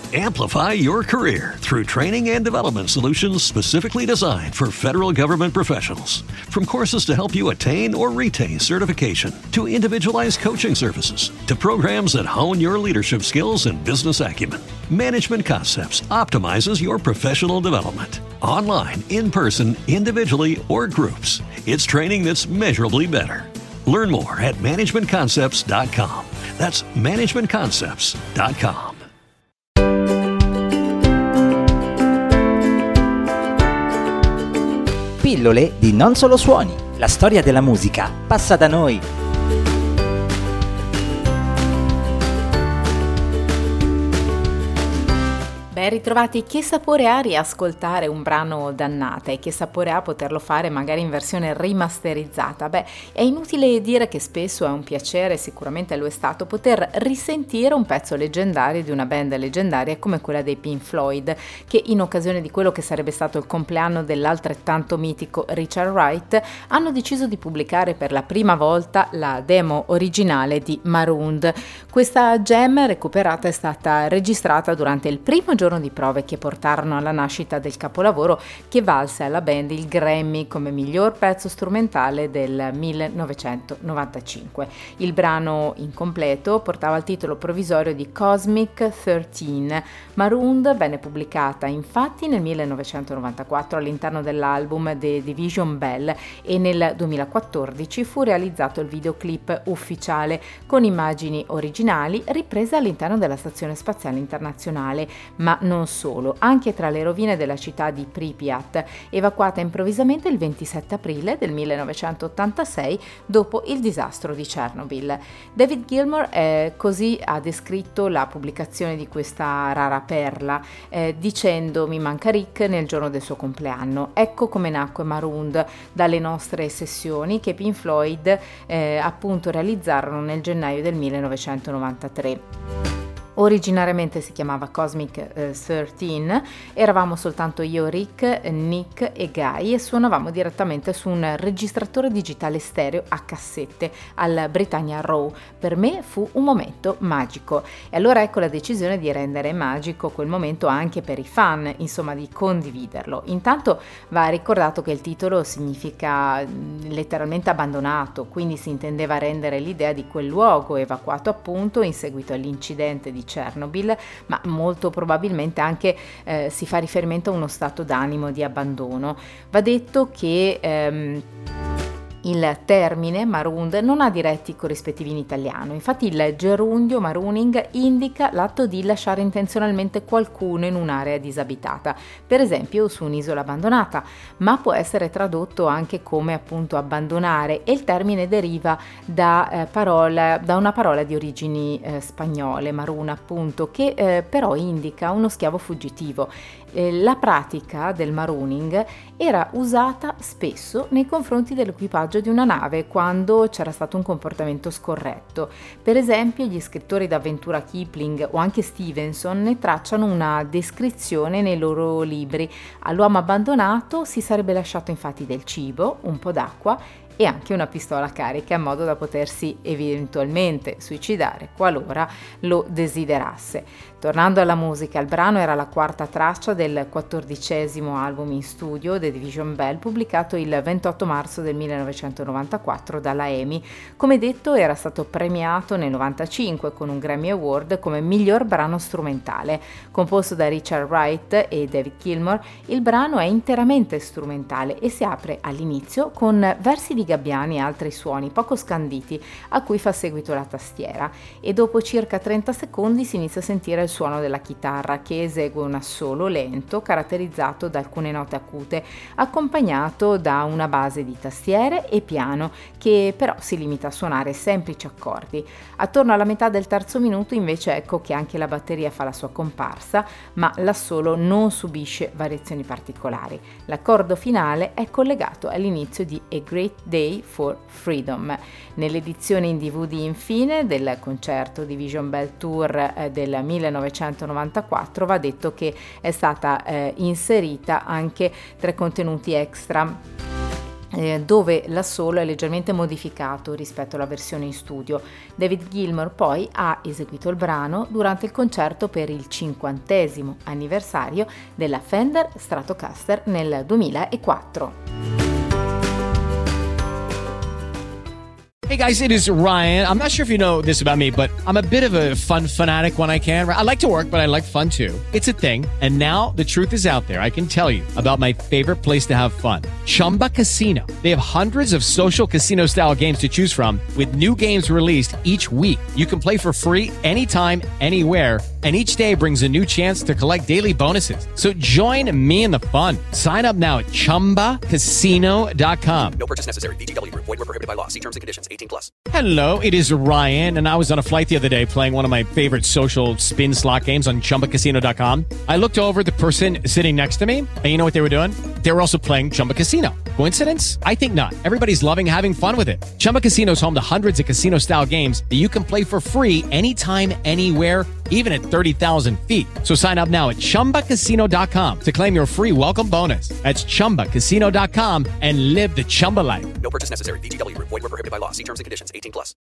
Amplify your career through training and development solutions specifically designed for federal government professionals. From courses to help you attain or retain certification, to individualized coaching services, to programs that hone your leadership skills and business acumen, Management Concepts optimizes your professional development. Online, in person, individually, or groups, it's training that's measurably better. Learn more at managementconcepts.com. That's managementconcepts.com. Pillole di Non Solo Suoni. La storia della musica passa da noi. Ben ritrovati, che sapore ha riascoltare un brano Dannata e che sapore ha poterlo fare magari in versione rimasterizzata? Beh, è inutile dire che spesso è un piacere, sicuramente lo è stato, poter risentire un pezzo leggendario di una band leggendaria come quella dei Pink Floyd, che in occasione di quello che sarebbe stato il compleanno dell'altrettanto mitico Richard Wright hanno deciso di pubblicare per la prima volta la demo originale di Marooned. Questa jam recuperata è stata registrata durante il primo giorno di prove che portarono alla nascita del capolavoro che valse alla band il Grammy come miglior pezzo strumentale del 1995. Il brano incompleto portava il titolo provvisorio di Cosmic 13. Marooned venne pubblicata infatti nel 1994 all'interno dell'album The Division Bell e nel 2014 fu realizzato il videoclip ufficiale con immagini originali riprese all'interno della Stazione Spaziale Internazionale, ma non solo, anche tra le rovine della città di Pripyat, evacuata improvvisamente il 27 aprile del 1986 dopo il disastro di Chernobyl. David Gilmour così ha descritto la pubblicazione di questa rara perla, dicendo: "Mi manca Rick nel giorno del suo compleanno. Ecco come nacque Marooned, dalle nostre sessioni che Pink Floyd appunto realizzarono nel gennaio del 1993. Originariamente si chiamava Cosmic 13, eravamo soltanto io, Rick, Nick e Guy e suonavamo direttamente su un registratore digitale stereo a cassette al Britannia Row. Per me fu un momento magico e allora ecco la decisione di rendere magico quel momento anche per i fan, insomma di condividerlo. Intanto va ricordato che il titolo significa letteralmente abbandonato, quindi si intendeva rendere l'idea di quel luogo evacuato appunto in seguito all'incidente di Chernobyl, ma molto probabilmente anche si fa riferimento a uno stato d'animo di abbandono. Va detto che il termine Marooned non ha diretti corrispettivi in italiano, infatti il gerundio marooning indica l'atto di lasciare intenzionalmente qualcuno in un'area disabitata, per esempio su un'isola abbandonata, ma può essere tradotto anche come appunto abbandonare e il termine deriva da una parola di origini spagnole, maruna appunto, che però indica uno schiavo fuggitivo. La pratica del marooning era usata spesso nei confronti dell'equipaggio di una nave quando c'era stato un comportamento scorretto. Per esempio, gli scrittori d'avventura Kipling o anche Stevenson ne tracciano una descrizione nei loro libri. All'uomo abbandonato si sarebbe lasciato infatti del cibo, un po' d'acqua e anche una pistola carica in modo da potersi eventualmente suicidare qualora lo desiderasse. Tornando alla musica, il brano era la quarta traccia del 14° album in studio The Division Bell, pubblicato il 28 marzo del 1994 dalla EMI. Come detto, era stato premiato nel 95 con un Grammy Award come miglior brano strumentale. Composto da Richard Wright e David Gilmour, il brano è interamente strumentale e si apre all'inizio con versi di gabbiani e altri suoni poco scanditi a cui fa seguito la tastiera e dopo circa 30 secondi si inizia a sentire il suono della chitarra che esegue un assolo lento caratterizzato da alcune note acute accompagnato da una base di tastiere e piano che però si limita a suonare semplici accordi. Attorno alla metà del terzo minuto invece ecco che anche la batteria fa la sua comparsa, ma l'assolo non subisce variazioni particolari. L'accordo finale è collegato all'inizio di A Great Day for Freedom. Nell'edizione in DVD infine del concerto Division Bell Tour del 1994 va detto che è stata inserita anche 3 contenuti extra dove l'assolo è leggermente modificato rispetto alla versione in studio. David Gilmour poi ha eseguito il brano durante il concerto per il 50° anniversario della Fender Stratocaster nel 2004. Hey guys, it is Ryan. I'm not sure if you know this about me, but I'm a bit of a fun fanatic when I can. I like to work, but I like fun too. It's a thing. And now the truth is out there. I can tell you about my favorite place to have fun. Chumba Casino. They have hundreds of social casino style games to choose from with new games released each week. You can play for free anytime, anywhere. And each day brings a new chance to collect daily bonuses. So join me in the fun. Sign up now at ChumbaCasino.com. No purchase necessary. VGW Group. Void where prohibited by law. See terms and conditions. 18+. Hello, it is Ryan, and I was on a flight the other day playing one of my favorite social spin slot games on ChumbaCasino.com. I looked over at the person sitting next to me, and you know what they were doing? They were also playing Chumba Casino. Coincidence? I think not. Everybody's loving having fun with it. Chumba Casino is home to hundreds of casino-style games that you can play for free anytime, anywhere, even at 30,000 feet. So sign up now at ChumbaCasino.com to claim your free welcome bonus. That's ChumbaCasino.com and live the Chumba life. No purchase necessary. VGW Group. Void where prohibited by law. See terms and conditions. 18+.